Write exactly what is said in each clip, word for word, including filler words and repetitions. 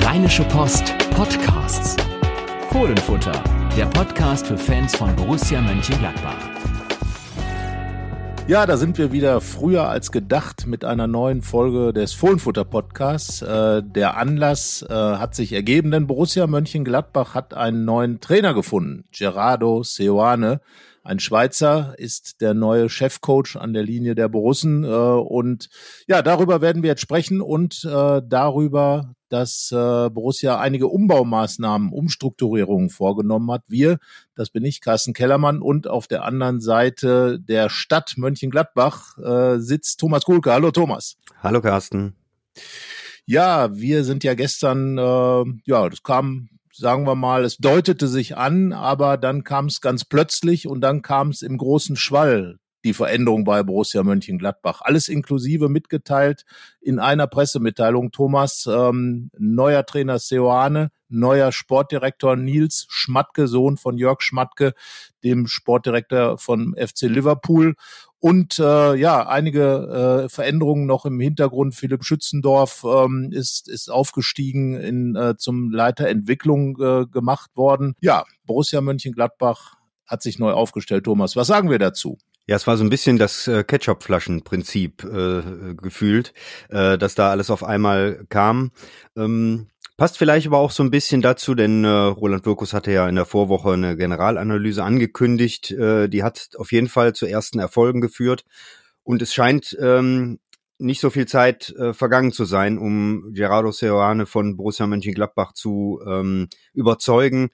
Rheinische Post Podcasts. Fohlenfutter, der Podcast für Fans von Borussia Mönchengladbach. Ja, da sind wir wieder früher als gedacht mit einer neuen Folge des Fohlenfutter-Podcasts. Äh, der Anlass äh, hat sich ergeben, denn Borussia Mönchengladbach hat einen neuen Trainer gefunden. Gerardo Seoane, ein Schweizer, ist der neue Chefcoach an der Linie der Borussen. Äh, und ja, darüber werden wir jetzt sprechen und äh, darüber, dass äh, Borussia einige Umbaumaßnahmen, Umstrukturierungen vorgenommen hat. Wir, das bin ich, Carsten Kellermann, und auf der anderen Seite der Stadt Mönchengladbach äh, sitzt Thomas Kuhlke. Hallo Thomas. Hallo Carsten. Ja, wir sind ja gestern, äh, ja, das kam, sagen wir mal, es deutete sich an, aber dann kam es ganz plötzlich und dann kam es im großen Schwall. Die Veränderung bei Borussia Mönchengladbach. Alles inklusive mitgeteilt in einer Pressemitteilung. Thomas, ähm, neuer Trainer Seoane, neuer Sportdirektor Nils Schmatke, Sohn von Jörg Schmatke, dem Sportdirektor von F C Liverpool. Und äh, ja, einige äh, Veränderungen noch im Hintergrund. Philipp Schützendorf ähm, ist ist aufgestiegen, in äh, zum Leiter Entwicklung äh, gemacht worden. Ja, Borussia Mönchengladbach hat sich neu aufgestellt. Thomas, was sagen wir dazu? Ja, es war so ein bisschen das äh, Ketchup-Flaschen-Prinzip äh, gefühlt, äh, dass da alles auf einmal kam. Ähm, passt vielleicht aber auch so ein bisschen dazu, denn äh, Roland Wirkus hatte ja in der Vorwoche eine Generalanalyse angekündigt. Äh, die hat auf jeden Fall zu ersten Erfolgen geführt. Und es scheint ähm, nicht so viel Zeit äh, vergangen zu sein, um Gerardo Seoane von Borussia Mönchengladbach zu ähm, überzeugen,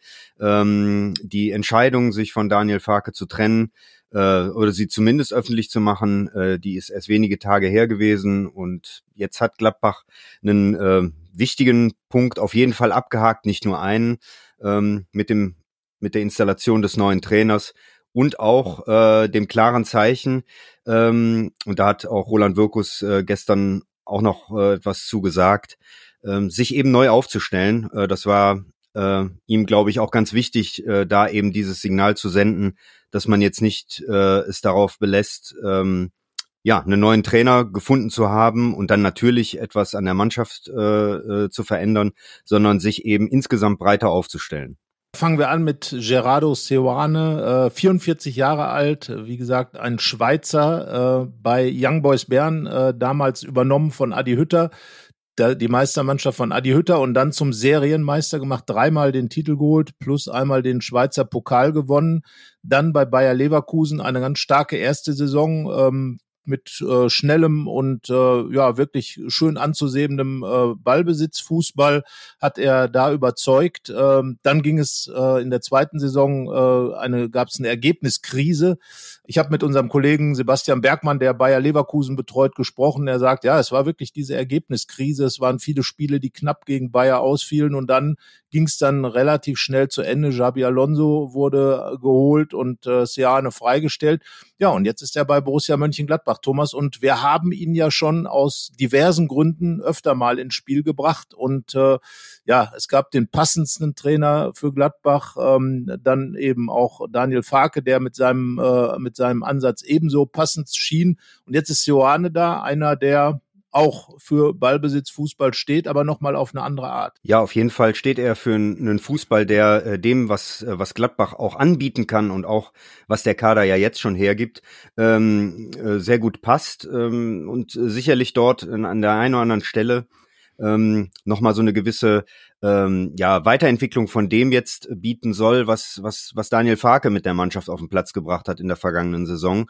ähm, die Entscheidung, sich von Daniel Farke zu trennen, oder sie zumindest öffentlich zu machen, äh, die ist erst wenige Tage her gewesen und jetzt hat Gladbach einen äh, wichtigen Punkt auf jeden Fall abgehakt, nicht nur einen, ähm, mit dem mit der Installation des neuen Trainers und auch äh, dem klaren Zeichen, ähm, und da hat auch Roland Wirkus äh, gestern auch noch äh, etwas zugesagt, äh, sich eben neu aufzustellen. Äh, das war äh, ihm, glaube ich, auch ganz wichtig, äh, da eben dieses Signal zu senden, dass man jetzt nicht äh, es darauf belässt, ähm, ja, einen neuen Trainer gefunden zu haben und dann natürlich etwas an der Mannschaft äh, äh, zu verändern, sondern sich eben insgesamt breiter aufzustellen. Fangen wir an mit Gerardo Seoane, äh, vierundvierzig Jahre alt, wie gesagt, ein Schweizer, äh, bei Young Boys Bern, äh, damals übernommen von Adi Hütter. Die Meistermannschaft von Adi Hütter und dann zum Serienmeister gemacht, dreimal den Titel geholt, plus einmal den Schweizer Pokal gewonnen. Dann bei Bayer Leverkusen eine ganz starke erste Saison ähm, mit äh, schnellem und äh, ja wirklich schön anzusehendem äh, Ballbesitzfußball hat er da überzeugt. Ähm, dann ging es äh, in der zweiten Saison, äh, eine gab es eine Ergebniskrise. Ich habe mit unserem Kollegen Sebastian Bergmann, der Bayer Leverkusen betreut, gesprochen. Er sagt, ja, es war wirklich diese Ergebniskrise. Es waren viele Spiele, die knapp gegen Bayer ausfielen und dann ging es dann relativ schnell zu Ende. Xabi Alonso wurde geholt und äh, Seoane freigestellt. Ja, und jetzt ist er bei Borussia Mönchengladbach, Thomas, und wir haben ihn ja schon aus diversen Gründen öfter mal ins Spiel gebracht und äh, ja, es gab den passendsten Trainer für Gladbach, ähm, dann eben auch Daniel Farke, der mit seinem äh, mit seinem Ansatz ebenso passend schien und jetzt ist Seoane da, einer, der auch für Ballbesitz, Fußball steht, aber nochmal auf eine andere Art. Ja, auf jeden Fall steht er für einen Fußball, der äh, dem, was äh, was Gladbach auch anbieten kann und auch was der Kader ja jetzt schon hergibt, ähm, äh, sehr gut passt ähm, und äh, sicherlich dort in, an der einen oder anderen Stelle ähm, nochmal so eine gewisse ähm, ja Weiterentwicklung von dem jetzt bieten soll, was was was Daniel Farke mit der Mannschaft auf den Platz gebracht hat in der vergangenen Saison.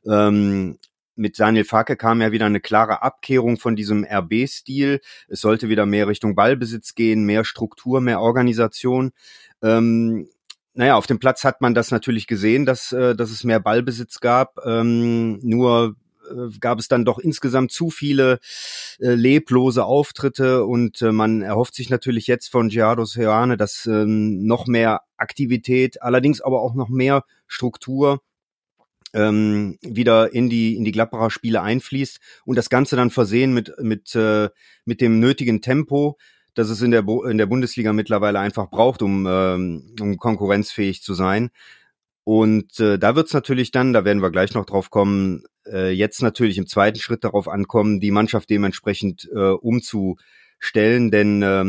Ähm, Mit Daniel Farke kam ja wieder eine klare Abkehrung von diesem R B-Stil. Es sollte wieder mehr Richtung Ballbesitz gehen, mehr Struktur, mehr Organisation. Ähm, naja, auf dem Platz hat man das natürlich gesehen, dass, äh, dass es mehr Ballbesitz gab. Ähm, nur äh, gab es dann doch insgesamt zu viele äh, leblose Auftritte und äh, man erhofft sich natürlich jetzt von Gerardo Seoane, dass äh, noch mehr Aktivität, allerdings aber auch noch mehr Struktur ähm, wieder in die in die Gladbacher Spiele einfließt und das Ganze dann versehen mit mit äh, mit dem nötigen Tempo, das es in der Bo- in der Bundesliga mittlerweile einfach braucht, um ähm, um konkurrenzfähig zu sein. Und äh, da wird's natürlich dann, da werden wir gleich noch drauf kommen, äh, jetzt natürlich im zweiten Schritt darauf ankommen, die Mannschaft dementsprechend äh, umzustellen, denn ähm,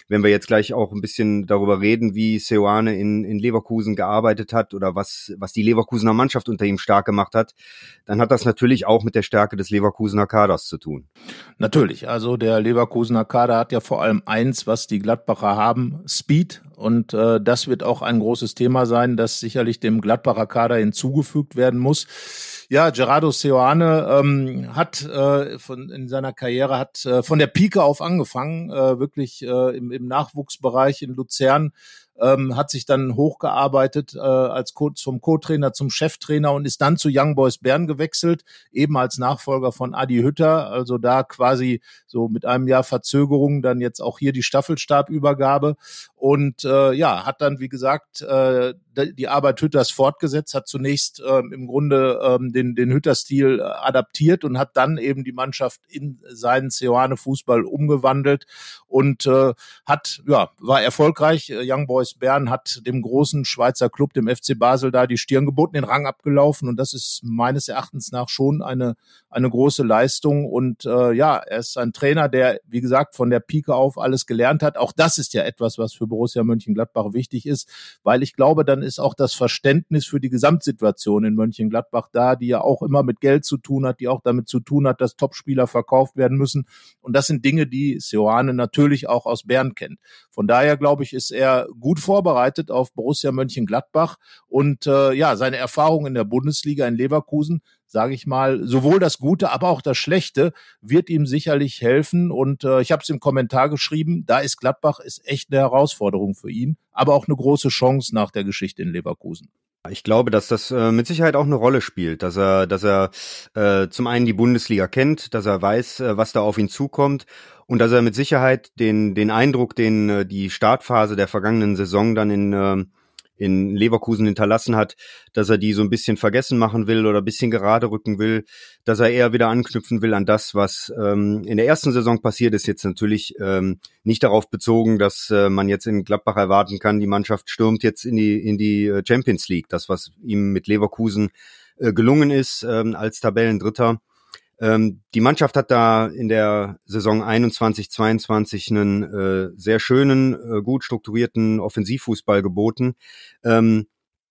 wenn wir jetzt gleich auch ein bisschen darüber reden, wie Seoane in, in Leverkusen gearbeitet hat oder was, was die Leverkusener Mannschaft unter ihm stark gemacht hat, dann hat das natürlich auch mit der Stärke des Leverkusener Kaders zu tun. Natürlich, also der Leverkusener Kader hat ja vor allem eins, was die Gladbacher haben, Speed. Und äh, das wird auch ein großes Thema sein, das sicherlich dem Gladbacher Kader hinzugefügt werden muss. Ja, Gerardo Seoane ähm, hat äh, von in seiner Karriere hat äh, von der Pike auf angefangen, äh, wirklich äh, im, im Nachwuchsbereich in Luzern. Ähm, hat sich dann hochgearbeitet äh, als Co- zum Co-Trainer zum Cheftrainer und ist dann zu Young Boys Bern gewechselt, eben als Nachfolger von Adi Hütter, also da quasi so mit einem Jahr Verzögerung dann jetzt auch hier die Staffelstabübergabe und äh, ja, hat dann wie gesagt äh, die Arbeit Hütters fortgesetzt, hat zunächst äh, im Grunde äh, den, den Hütter-Stil adaptiert und hat dann eben die Mannschaft in seinen Seoane-Fußball umgewandelt und äh, hat, ja, war erfolgreich. Young Boys Bern hat dem großen Schweizer Club, dem F C Basel, da die Stirn geboten, den Rang abgelaufen und das ist meines Erachtens nach schon eine eine große Leistung und äh, ja, er ist ein Trainer, der, wie gesagt, von der Pike auf alles gelernt hat. Auch das ist ja etwas, was für Borussia Mönchengladbach wichtig ist, weil ich glaube, dann ist auch das Verständnis für die Gesamtsituation in Mönchengladbach da, die ja auch immer mit Geld zu tun hat, die auch damit zu tun hat, dass Topspieler verkauft werden müssen und das sind Dinge, die Seoane natürlich auch aus Bern kennt. Von daher, glaube ich, ist er gut vorbereitet auf Borussia Mönchengladbach und äh, ja, seine Erfahrung in der Bundesliga in Leverkusen, sage ich mal, sowohl das Gute, aber auch das Schlechte wird ihm sicherlich helfen. Und äh, ich habe es im Kommentar geschrieben, da ist Gladbach ist echt eine Herausforderung für ihn, aber auch eine große Chance nach der Geschichte in Leverkusen. Ich glaube, dass das äh, mit Sicherheit auch eine Rolle spielt, dass er, dass er äh, zum einen die Bundesliga kennt, dass er weiß, äh, was da auf ihn zukommt und dass er mit Sicherheit den den Eindruck, den äh, die Startphase der vergangenen Saison dann in äh, in Leverkusen hinterlassen hat, dass er die so ein bisschen vergessen machen will oder ein bisschen gerade rücken will, dass er eher wieder anknüpfen will an das, was ähm, in der ersten Saison passiert ist, jetzt natürlich ähm, nicht darauf bezogen, dass äh, man jetzt in Gladbach erwarten kann, die Mannschaft stürmt jetzt in die in die Champions League, das, was ihm mit Leverkusen äh, gelungen ist ähm, als Tabellendritter. Ähm, die Mannschaft hat da in der Saison einundzwanzig zweiundzwanzig einen äh, sehr schönen, äh, gut strukturierten Offensivfußball geboten. Ähm,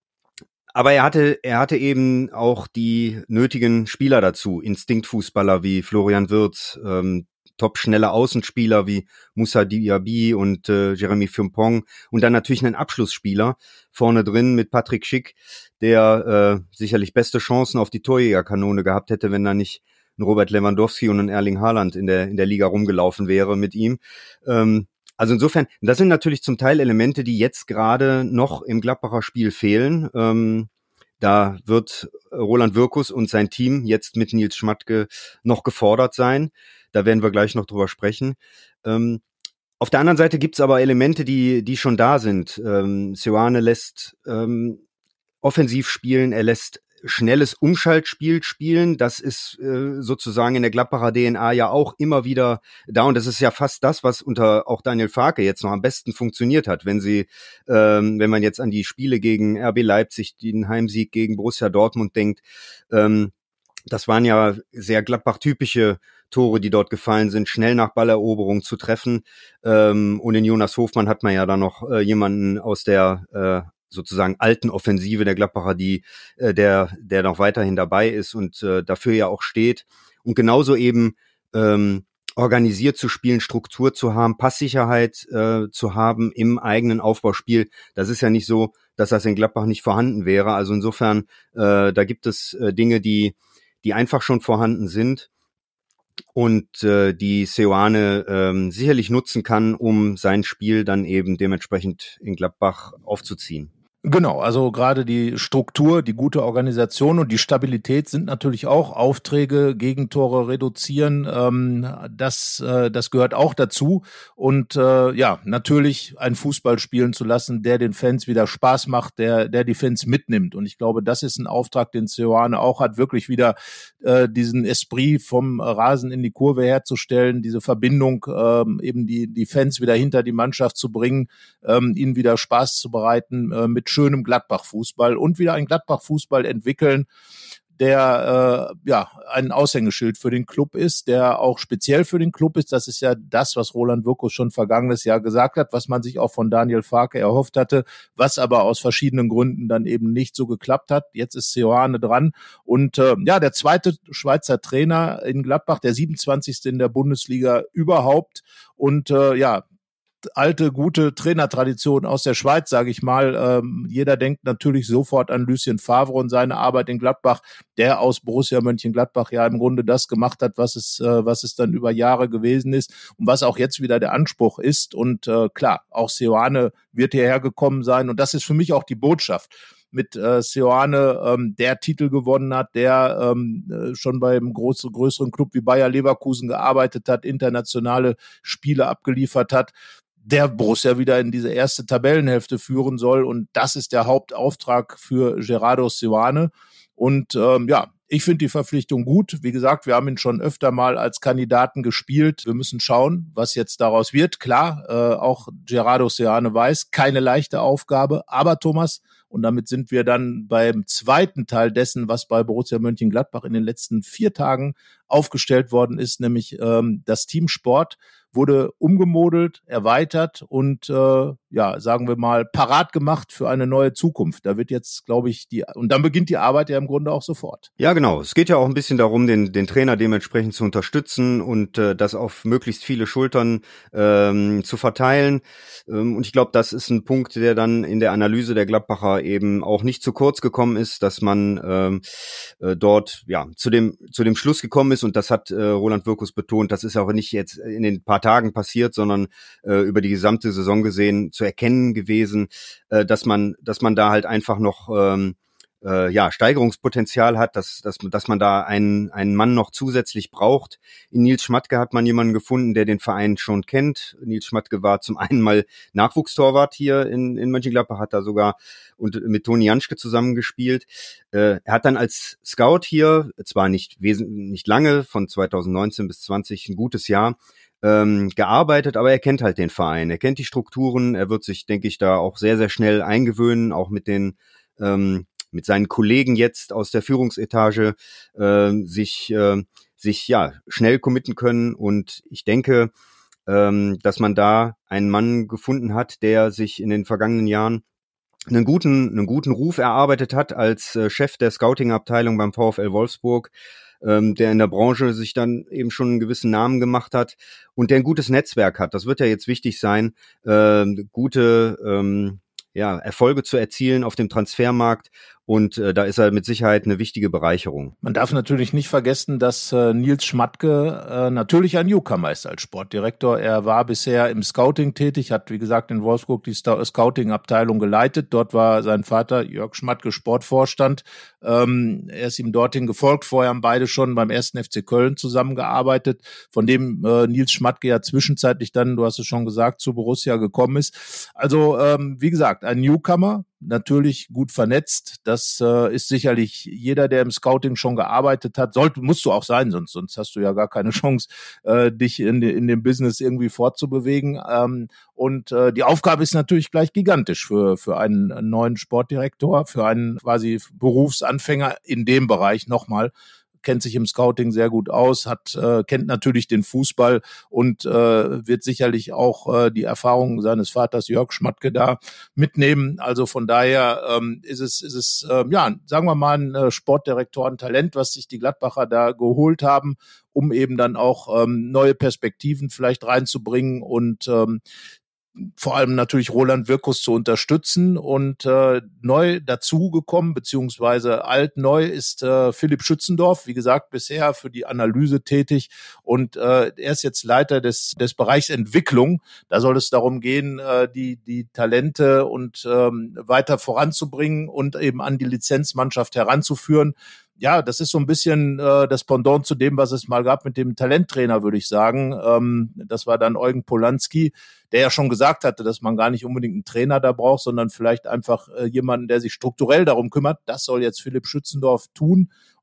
aber er hatte, er hatte eben auch die nötigen Spieler dazu, Instinktfußballer wie Florian Wirtz, ähm, top-schnelle Außenspieler wie Moussa Diaby und äh, Jeremy Frimpong und dann natürlich einen Abschlussspieler vorne drin mit Patrick Schick, der äh, sicherlich beste Chancen auf die Torjägerkanone gehabt hätte, wenn da nicht ein Robert Lewandowski und ein Erling Haaland in der in der Liga rumgelaufen wäre mit ihm. Ähm, also insofern, das sind natürlich zum Teil Elemente, die jetzt gerade noch im Gladbacher Spiel fehlen. Ähm, da wird Roland Wirkus und sein Team jetzt mit Nils Schmatke noch gefordert sein. Da werden wir gleich noch drüber sprechen. Ähm, auf der anderen Seite gibt's aber Elemente, die die schon da sind. Ähm, Seoane lässt ähm, offensiv spielen, er lässt schnelles Umschaltspiel spielen, das ist äh, sozusagen in der Gladbacher D N A ja auch immer wieder da und das ist ja fast das, was unter auch Daniel Farke jetzt noch am besten funktioniert hat, wenn sie, ähm, wenn man jetzt an die Spiele gegen R B Leipzig, den Heimsieg gegen Borussia Dortmund denkt, ähm, das waren ja sehr Gladbach-typische Tore, die dort gefallen sind, schnell nach Balleroberung zu treffen ähm, und in Jonas Hofmann hat man ja dann noch äh, jemanden aus der äh, sozusagen alten Offensive der Gladbacher, die äh, der der noch weiterhin dabei ist und äh, dafür ja auch steht und genauso eben ähm, organisiert zu spielen, Struktur zu haben, Passsicherheit äh, zu haben im eigenen Aufbauspiel. Das ist ja nicht so, dass das in Gladbach nicht vorhanden wäre. Also insofern, äh, da gibt es äh, Dinge, die die einfach schon vorhanden sind und äh, die Seoane ähm, sicherlich nutzen kann, um sein Spiel dann eben dementsprechend in Gladbach aufzuziehen. Genau, also gerade die Struktur, die gute Organisation und die Stabilität sind natürlich auch Aufträge, Gegentore reduzieren. Ähm, das, äh, das gehört auch dazu. Und äh, ja, natürlich einen Fußball spielen zu lassen, der den Fans wieder Spaß macht, der, der die Fans mitnimmt. Und ich glaube, das ist ein Auftrag, den Seoane auch hat, wirklich wieder äh, diesen Esprit vom Rasen in die Kurve herzustellen, diese Verbindung, ähm, eben die, die Fans wieder hinter die Mannschaft zu bringen, ähm, ihnen wieder Spaß zu bereiten äh, mit schönem Gladbach-Fußball und wieder ein Gladbach-Fußball entwickeln, der äh, ja ein Aushängeschild für den Club ist, der auch speziell für den Club ist. Das ist ja das, was Roland Wirkus schon vergangenes Jahr gesagt hat, was man sich auch von Daniel Farke erhofft hatte, was aber aus verschiedenen Gründen dann eben nicht so geklappt hat. Jetzt ist Seoane dran und äh, ja, der zweite Schweizer Trainer in Gladbach, der siebenundzwanzigste in der Bundesliga überhaupt und äh, ja, alte, gute Trainertradition aus der Schweiz, sage ich mal. Ähm, jeder denkt natürlich sofort an Lucien Favre und seine Arbeit in Gladbach, der aus Borussia Mönchengladbach ja im Grunde das gemacht hat, was es, äh, was es dann über Jahre gewesen ist und was auch jetzt wieder der Anspruch ist. Und äh, klar, auch Seoane wird hierher gekommen sein und das ist für mich auch die Botschaft. Mit äh, Seoane, ähm, der Titel gewonnen hat, der ähm, schon beim groß, größeren Club wie Bayer Leverkusen gearbeitet hat, internationale Spiele abgeliefert hat, der Borussia wieder in diese erste Tabellenhälfte führen soll. Und das ist der Hauptauftrag für Gerardo Seoane. Und ähm, ja, ich finde die Verpflichtung gut. Wie gesagt, wir haben ihn schon öfter mal als Kandidaten gespielt. Wir müssen schauen, was jetzt daraus wird. Klar, äh, auch Gerardo Seoane weiß, keine leichte Aufgabe. Aber Thomas, und damit sind wir dann beim zweiten Teil dessen, was bei Borussia Mönchengladbach in den letzten vier Tagen aufgestellt worden ist, nämlich ähm, das Team Sport wurde umgemodelt, erweitert und äh, ja, sagen wir mal, parat gemacht für eine neue Zukunft. Da wird jetzt, glaube ich, die und dann beginnt die Arbeit ja im Grunde auch sofort. Ja, genau. Es geht ja auch ein bisschen darum, den den Trainer dementsprechend zu unterstützen und äh, das auf möglichst viele Schultern ähm, zu verteilen. Ähm, und ich glaube, das ist ein Punkt, der dann in der Analyse der Gladbacher eben auch nicht zu kurz gekommen ist, dass man ähm, äh, dort ja zu dem zu dem Schluss gekommen ist und das hat äh, Roland Wirkus betont. Das ist auch nicht jetzt in den paar Tagen passiert, sondern äh, über die gesamte Saison gesehen zu erkennen gewesen, äh, dass man, dass man da halt einfach noch ähm, äh, ja Steigerungspotenzial hat, dass, dass, dass man da einen einen Mann noch zusätzlich braucht. In Nils Schmatke hat man jemanden gefunden, der den Verein schon kennt. Nils Schmatke war zum einen mal Nachwuchstorwart hier in, in Mönchengladbach, hat da sogar und mit Toni Janschke zusammengespielt. Äh, er hat dann als Scout hier, zwar nicht wesentlich nicht lange, von zweitausendneunzehn bis zwanzig, ein gutes Jahr, ähm, gearbeitet, aber er kennt halt den Verein, er kennt die Strukturen, er wird sich, denke ich, da auch sehr, sehr schnell eingewöhnen, auch mit den ähm, mit seinen Kollegen jetzt aus der Führungsetage äh, sich äh, sich ja schnell committen können und ich denke, ähm, dass man da einen Mann gefunden hat, der sich in den vergangenen Jahren einen guten einen guten Ruf erarbeitet hat als äh, Chef der Scouting-Abteilung beim VfL Wolfsburg, ähm, der in der Branche sich dann eben schon einen gewissen Namen gemacht hat und der ein gutes Netzwerk hat. Das wird ja jetzt wichtig sein, äh, gute ähm, ja, Erfolge zu erzielen auf dem Transfermarkt und äh, da ist er mit Sicherheit eine wichtige Bereicherung. Man darf natürlich nicht vergessen, dass äh, Nils Schmatke äh, natürlich ein Newcomer ist als Sportdirektor. Er war bisher im Scouting tätig, hat wie gesagt in Wolfsburg die Scouting-Abteilung geleitet. Dort war sein Vater Jörg Schmatke Sportvorstand. Ähm, er ist ihm dorthin gefolgt. Vorher haben beide schon beim ersten F C Köln zusammengearbeitet, von dem äh, Nils Schmatke ja zwischenzeitlich dann, du hast es schon gesagt, zu Borussia gekommen ist. Also ähm, wie gesagt, ein Newcomer, natürlich gut vernetzt. Das äh, ist sicherlich jeder, der im Scouting schon gearbeitet hat, sollte, musst du auch sein, sonst, sonst hast du ja gar keine Chance, äh, dich in, in dem Business irgendwie fortzubewegen. Ähm, und äh, die Aufgabe ist natürlich gleich gigantisch für, für einen neuen Sportdirektor, für einen quasi Berufsanfänger in dem Bereich nochmal. Kennt sich im Scouting sehr gut aus, hat äh, kennt natürlich den Fußball und äh, wird sicherlich auch äh, die Erfahrungen seines Vaters Jörg Schmatke da mitnehmen. Also von daher ähm, ist es ist es äh, ja, sagen wir mal, ein äh, Sportdirektoren-Talent, was sich die Gladbacher da geholt haben, um eben dann auch ähm, neue Perspektiven vielleicht reinzubringen und ähm, vor allem natürlich Roland Wirkus zu unterstützen und äh, neu dazugekommen, beziehungsweise alt-neu ist äh, Philipp Schützendorf, wie gesagt, bisher für die Analyse tätig und äh, er ist jetzt Leiter des des Bereichs Entwicklung. Da soll es darum gehen, äh, die die Talente und ähm, weiter voranzubringen und eben an die Lizenzmannschaft heranzuführen. Ja, das ist so ein bisschen äh, das Pendant zu dem, was es mal gab mit dem Talenttrainer, würde ich sagen. Ähm, das war dann Eugen Polanski, der ja schon gesagt hatte, dass man gar nicht unbedingt einen Trainer da braucht, sondern vielleicht einfach äh, jemanden, der sich strukturell darum kümmert. Das soll jetzt Philipp Schützendorf tun.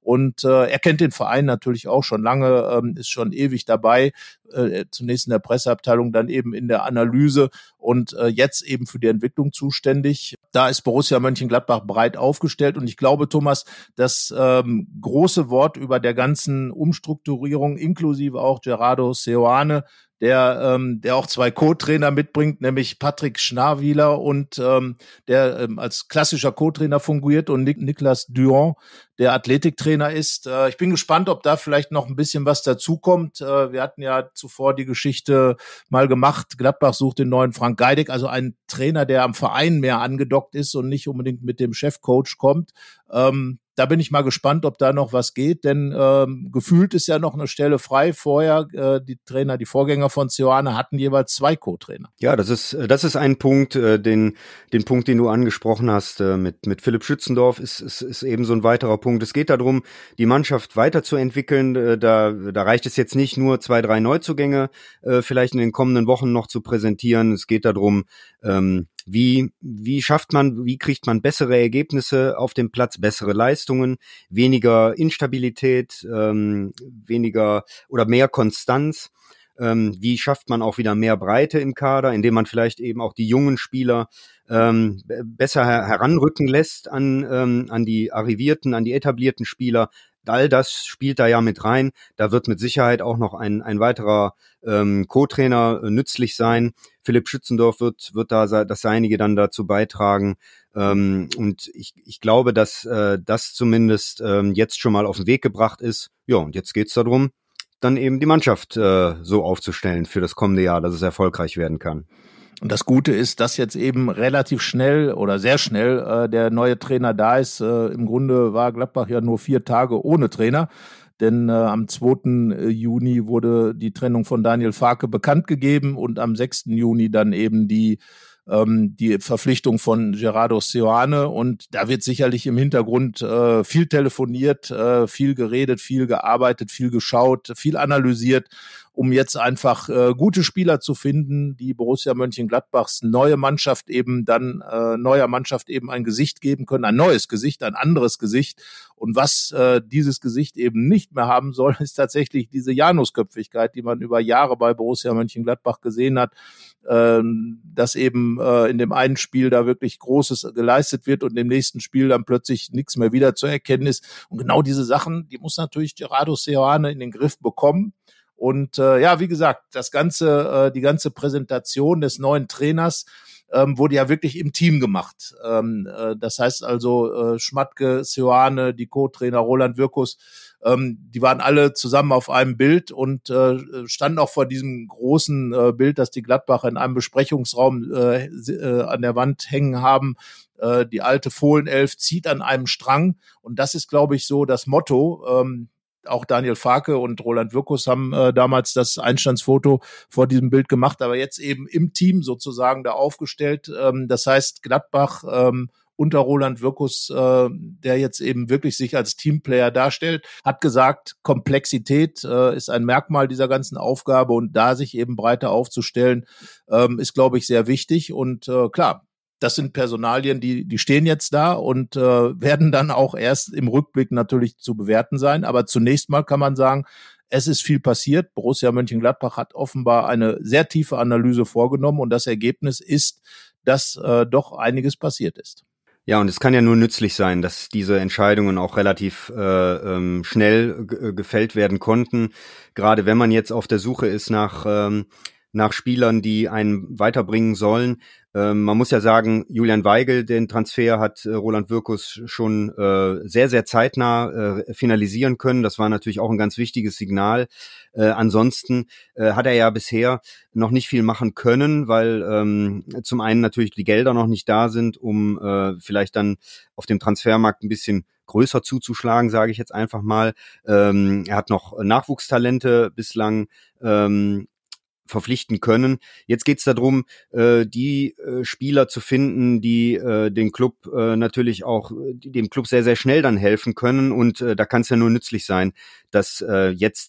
Und äh, er kennt den Verein natürlich auch schon lange, ähm, ist schon ewig dabei, äh, zunächst in der Presseabteilung, dann eben in der Analyse und äh, jetzt eben für die Entwicklung zuständig. Da ist Borussia Mönchengladbach breit aufgestellt und ich glaube, Thomas, das ähm, große Wort über der ganzen Umstrukturierung, inklusive auch Gerardo Seoane, der ähm, der auch zwei Co-Trainer mitbringt, nämlich Patrick Schnarwieler und ähm, der ähm, als klassischer Co-Trainer fungiert und Nik- Niklas Duan, der Athletiktrainer ist. Äh, ich bin gespannt, ob da vielleicht noch ein bisschen was dazukommt. Äh, wir hatten ja zuvor die Geschichte mal gemacht, Gladbach sucht den neuen Frank Geidig, also einen Trainer, der am Verein mehr angedockt ist und nicht unbedingt mit dem Chefcoach kommt. Ähm, Da bin ich mal gespannt, ob da noch was geht, denn ähm, gefühlt ist ja noch eine Stelle frei. Vorher, äh, die Trainer, die Vorgänger von Seoane hatten jeweils zwei Co-Trainer. Ja, das ist das ist ein Punkt, äh, den den Punkt, den du angesprochen hast äh, mit mit Philipp Schützendorf, ist, ist ist eben so ein weiterer Punkt. Es geht darum, die Mannschaft weiterzuentwickeln. Äh, da da reicht es jetzt nicht nur zwei, drei Neuzugänge äh, vielleicht in den kommenden Wochen noch zu präsentieren. Es geht darum, ähm, Wie, wie schafft man, wie kriegt man bessere Ergebnisse auf dem Platz, bessere Leistungen, weniger Instabilität, ähm, weniger oder mehr Konstanz? Ähm, wie schafft man auch wieder mehr Breite im Kader, indem man vielleicht eben auch die jungen Spieler ähm, besser her- heranrücken lässt an, ähm, an die arrivierten, an die etablierten Spieler? All das spielt da ja mit rein. Da wird mit Sicherheit auch noch ein, ein weiterer ähm, Co-Trainer äh, nützlich sein. Philipp Schützendorf wird, wird da das Seinige dann dazu beitragen. Ähm, und ich, ich glaube, dass äh, das zumindest ähm, jetzt schon mal auf den Weg gebracht ist. Ja, und jetzt geht's darum, dann eben die Mannschaft äh, so aufzustellen für das kommende Jahr, dass es erfolgreich werden kann. Und das Gute ist, dass jetzt eben relativ schnell oder sehr schnell äh, der neue Trainer da ist. Äh, Im Grunde war Gladbach ja nur vier Tage ohne Trainer, denn äh, am zweiten Juni wurde die Trennung von Daniel Farke bekannt gegeben und am sechsten Juni dann eben die ähm, die Verpflichtung von Gerardo Seoane. Und da wird sicherlich im Hintergrund äh, viel telefoniert, äh, viel geredet, viel gearbeitet, viel geschaut, viel analysiert, um jetzt einfach äh, gute Spieler zu finden, die Borussia Mönchengladbachs neue Mannschaft eben dann, äh, neuer Mannschaft eben ein Gesicht geben können, ein neues Gesicht, ein anderes Gesicht. Und was äh, dieses Gesicht eben nicht mehr haben soll, ist tatsächlich diese Janusköpfigkeit, die man über Jahre bei Borussia Mönchengladbach gesehen hat, äh, dass eben äh, in dem einen Spiel da wirklich Großes geleistet wird und im nächsten Spiel dann plötzlich nichts mehr wieder zu erkennen ist. Und genau diese Sachen, die muss natürlich Gerardo Seoane in den Griff bekommen. Und äh, ja, wie gesagt, das ganze, äh, die ganze Präsentation des neuen Trainers ähm, wurde ja wirklich im Team gemacht. Ähm, äh, das heißt also äh, Schmatke, Seoane, die Co-Trainer Roland Wirkus, ähm, die waren alle zusammen auf einem Bild und äh, standen auch vor diesem großen äh, Bild, das die Gladbacher in einem Besprechungsraum äh, äh, an der Wand hängen haben. Äh, die alte Fohlenelf zieht an einem Strang und das ist, glaube ich, so das Motto. Ähm, Auch Daniel Farke und Roland Wirkus haben äh, damals das Einstandsfoto vor diesem Bild gemacht, aber jetzt eben im Team sozusagen da aufgestellt. Ähm, das heißt, Gladbach ähm, unter Roland Wirkus, äh, der jetzt eben wirklich sich als Teamplayer darstellt, hat gesagt, Komplexität äh, ist ein Merkmal dieser ganzen Aufgabe und da sich eben breiter aufzustellen, ähm, ist, glaube ich, sehr wichtig. Und äh, klar, das sind Personalien, die die stehen jetzt da und äh, werden dann auch erst im Rückblick natürlich zu bewerten sein. Aber zunächst mal kann man sagen, es ist viel passiert. Borussia Mönchengladbach hat offenbar eine sehr tiefe Analyse vorgenommen und das Ergebnis ist, dass äh, doch einiges passiert ist. Ja, und es kann ja nur nützlich sein, dass diese Entscheidungen auch relativ äh, ähm, schnell g- gefällt werden konnten. Gerade wenn man jetzt auf der Suche ist nach ähm, nach Spielern, die einen weiterbringen sollen. Ähm, man muss ja sagen, Julian Weigl, den Transfer hat äh, Roland Wirkus schon äh, sehr, sehr zeitnah äh, finalisieren können. Das war natürlich auch ein ganz wichtiges Signal. Äh, ansonsten äh, hat er ja bisher noch nicht viel machen können, weil ähm, zum einen natürlich die Gelder noch nicht da sind, um äh, vielleicht dann auf dem Transfermarkt ein bisschen größer zuzuschlagen, sage ich jetzt einfach mal. Ähm, er hat noch Nachwuchstalente bislang ähm, verpflichten können. Jetzt geht's darum, äh, die äh, Spieler zu finden, die äh, den Club äh, natürlich auch, die dem Club sehr, sehr schnell dann helfen können. Und äh, da kann es ja nur nützlich sein, dass äh, jetzt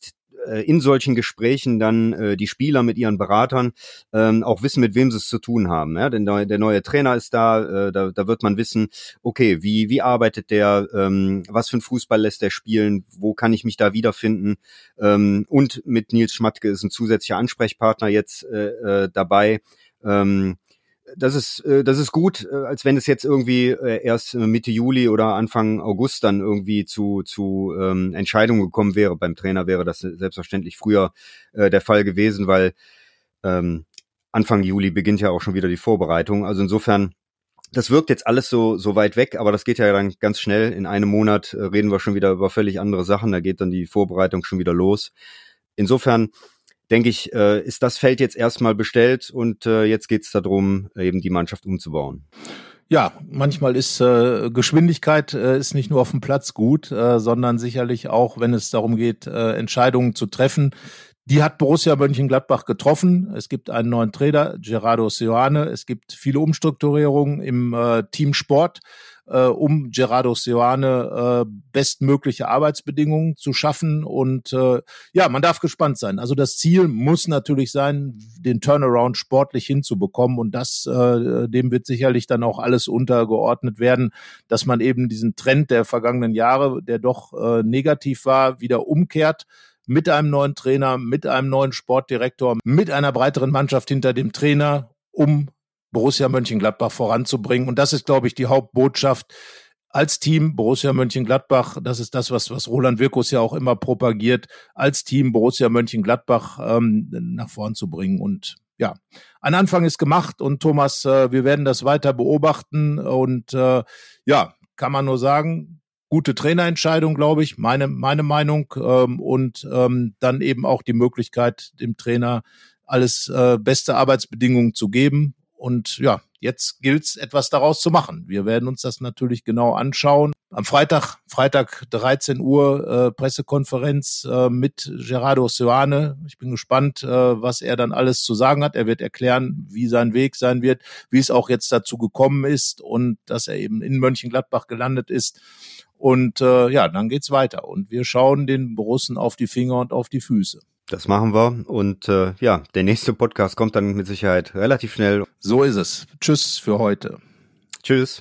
äh, in solchen Gesprächen dann äh, die Spieler mit ihren Beratern ähm, auch wissen, mit wem sie es zu tun haben. Ja? Denn der, der neue Trainer ist da, äh, da, da wird man wissen, okay, wie, wie arbeitet der, ähm, was für ein Fußball lässt der spielen, wo kann ich mich da wiederfinden? Ähm, und mit Nils Schmatke ist ein zusätzlicher Ansprechpartner jetzt äh, äh, dabei. Ähm, Das ist, das ist gut, als wenn es jetzt irgendwie erst Mitte Juli oder Anfang August dann irgendwie zu, zu ähm, Entscheidungen gekommen wäre. Beim Trainer wäre das selbstverständlich früher äh, der Fall gewesen, weil ähm, Anfang Juli beginnt ja auch schon wieder die Vorbereitung. Also insofern, das wirkt jetzt alles so, so weit weg, aber das geht ja dann ganz schnell. In einem Monat äh, reden wir schon wieder über völlig andere Sachen. Da geht dann die Vorbereitung schon wieder los. Insofern denke ich, äh, ist das Feld jetzt erstmal bestellt und äh, jetzt geht es darum, eben die Mannschaft umzubauen. Ja, manchmal ist äh, Geschwindigkeit äh, ist nicht nur auf dem Platz gut, äh, sondern sicherlich auch, wenn es darum geht, äh, Entscheidungen zu treffen. Die hat Borussia Mönchengladbach getroffen. Es gibt einen neuen Trainer, Gerardo Seoane. Es gibt viele Umstrukturierungen im äh, Team Sport, äh, um Gerardo Seoane äh, bestmögliche Arbeitsbedingungen zu schaffen. Und äh, ja, man darf gespannt sein. Also das Ziel muss natürlich sein, den Turnaround sportlich hinzubekommen. Und das, äh, dem wird sicherlich dann auch alles untergeordnet werden, dass man eben diesen Trend der vergangenen Jahre, der doch äh, negativ war, wieder umkehrt. Mit einem neuen Trainer, mit einem neuen Sportdirektor, mit einer breiteren Mannschaft hinter dem Trainer, um Borussia Mönchengladbach voranzubringen. Und das ist, glaube ich, die Hauptbotschaft als Team Borussia Mönchengladbach. Das ist das, was, was Roland Wirkus ja auch immer propagiert, als Team Borussia Mönchengladbach ähm, nach vorn zu bringen. Und ja, ein Anfang ist gemacht und Thomas, äh, wir werden das weiter beobachten und äh, ja, kann man nur sagen, gute Trainerentscheidung, glaube ich, meine meine Meinung ähm, und ähm, dann eben auch die Möglichkeit, dem Trainer alles äh, beste Arbeitsbedingungen zu geben. Und ja, jetzt gilt's, etwas daraus zu machen. Wir werden uns das natürlich genau anschauen. Am Freitag, Freitag dreizehn Uhr, äh, Pressekonferenz äh, mit Gerardo Seoane. Ich bin gespannt, äh, was er dann alles zu sagen hat. Er wird erklären, wie sein Weg sein wird, wie es auch jetzt dazu gekommen ist und dass er eben in Mönchengladbach gelandet ist. Und äh, ja, dann geht's weiter. Und wir schauen den Borussen auf die Finger und auf die Füße. Das machen wir. Und äh, ja, der nächste Podcast kommt dann mit Sicherheit relativ schnell. So ist es. Tschüss für heute. Tschüss.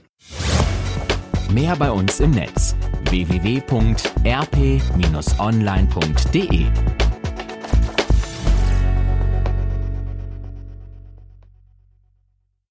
Mehr bei uns im Netz w w w punkt r p Bindestrich online punkt d e